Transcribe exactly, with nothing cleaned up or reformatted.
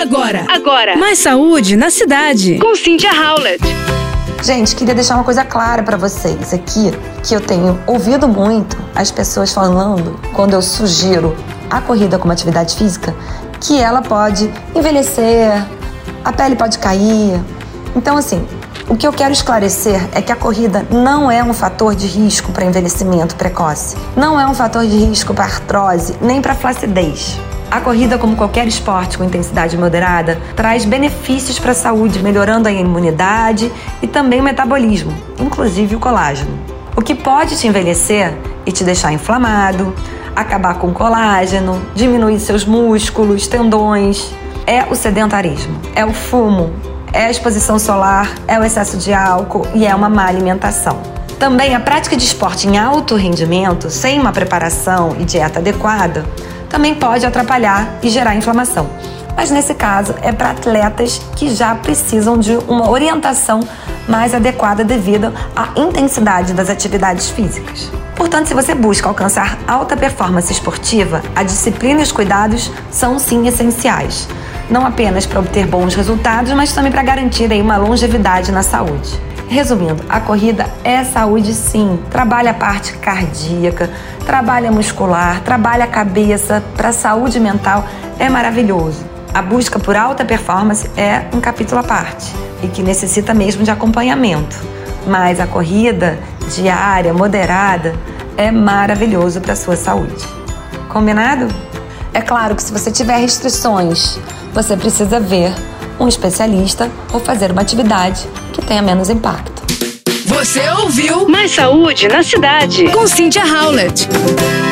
Agora, agora, mais saúde na cidade. Com Cynthia Howlett. Gente, queria deixar uma coisa clara pra vocês aqui, que eu tenho ouvido muito as pessoas falando, quando eu sugiro a corrida como atividade física, que ela pode envelhecer, a pele pode cair. Então, assim, o que eu quero esclarecer é que a corrida não é um fator de risco para envelhecimento precoce, não é um fator de risco para artrose, nem para flacidez. A corrida, como qualquer esporte com intensidade moderada, traz benefícios para a saúde, melhorando a imunidade e também o metabolismo, inclusive o colágeno. O que pode te envelhecer e te deixar inflamado, acabar com o colágeno, diminuir seus músculos, tendões, é o sedentarismo, é o fumo, é a exposição solar, é o excesso de álcool e é uma má alimentação. Também a prática de esporte em alto rendimento, sem uma preparação e dieta adequada, também pode atrapalhar e gerar inflamação. Mas nesse caso é para atletas que já precisam de uma orientação mais adequada devido à intensidade das atividades físicas. Portanto, se você busca alcançar alta performance esportiva, a disciplina e os cuidados são sim essenciais. Não apenas para obter bons resultados, mas também para garantir aí uma longevidade na saúde. Resumindo, a corrida é saúde sim, trabalha a parte cardíaca, trabalha muscular, trabalha a cabeça, para a saúde mental é maravilhoso. A busca por alta performance é um capítulo à parte e que necessita mesmo de acompanhamento, mas a corrida diária, moderada, é maravilhoso para a sua saúde. Combinado? É claro que se você tiver restrições, você precisa ver um especialista ou fazer uma atividade que tenha menos impacto. Você ouviu Mais Saúde na Cidade, com Cynthia Howlett.